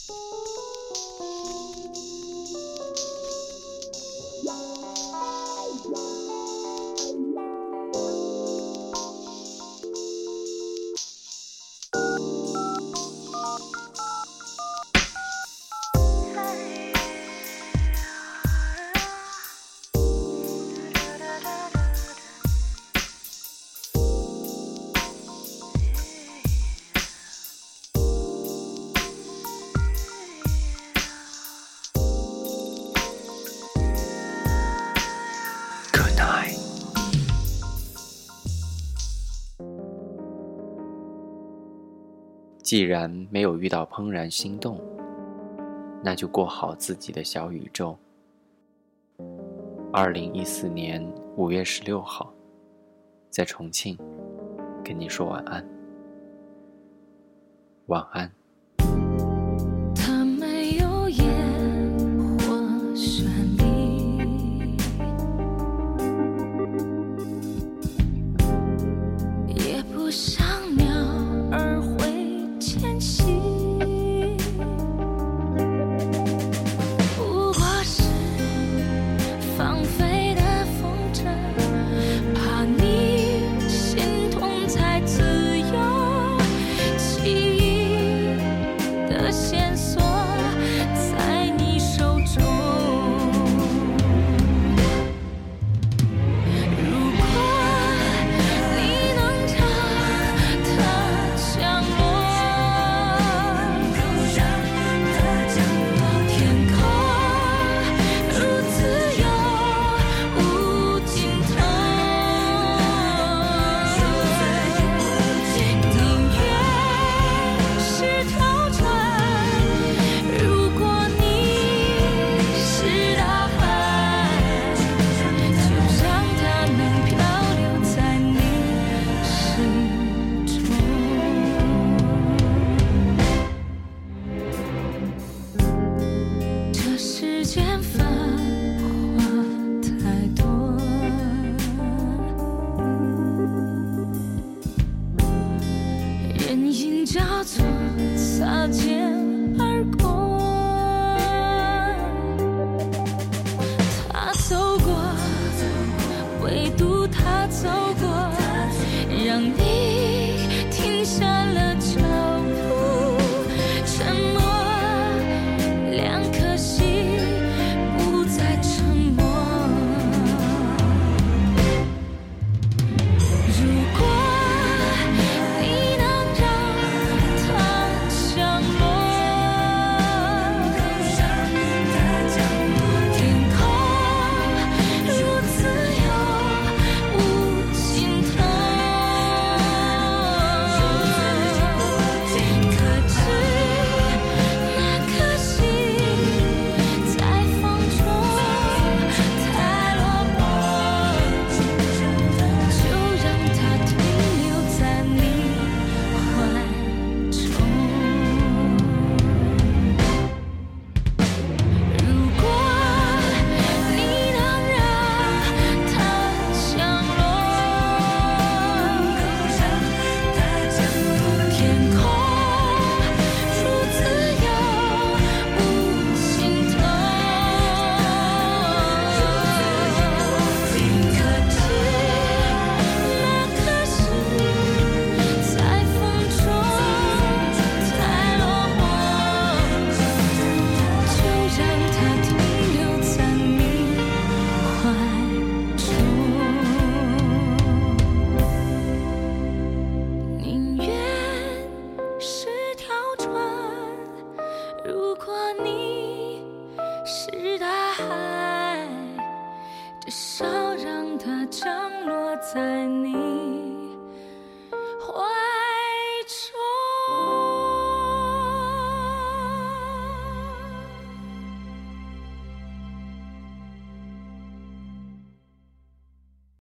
既然没有遇到怦然心动，那就过好自己的小宇宙。2014年5月16号，在重庆跟你说晚安。晚安。 它没有烟火绚丽，也不像鸟儿会迁徙，不过是放飞的风筝，怕你心痛才自由，记忆的线索在你手中。如果你能让它降落，天空如自由无尽头，宁愿是条船，如果你是大海，就让它能漂流在你心中。这世间繁华太多，人影交错，擦肩而过。他走过，唯独他走过，让你停下了脚步。沉默，两颗心不再沉默。如果你能让它降落，天空如自由无尽头，可知那颗心在风中太落寞，就让它停留在你怀中。如果你能让它降落，天空如自由无尽头，可知那颗心在风中太落寞，就让它停留在你怀中。宁愿是条船，如果你是大海，至少让它降落在你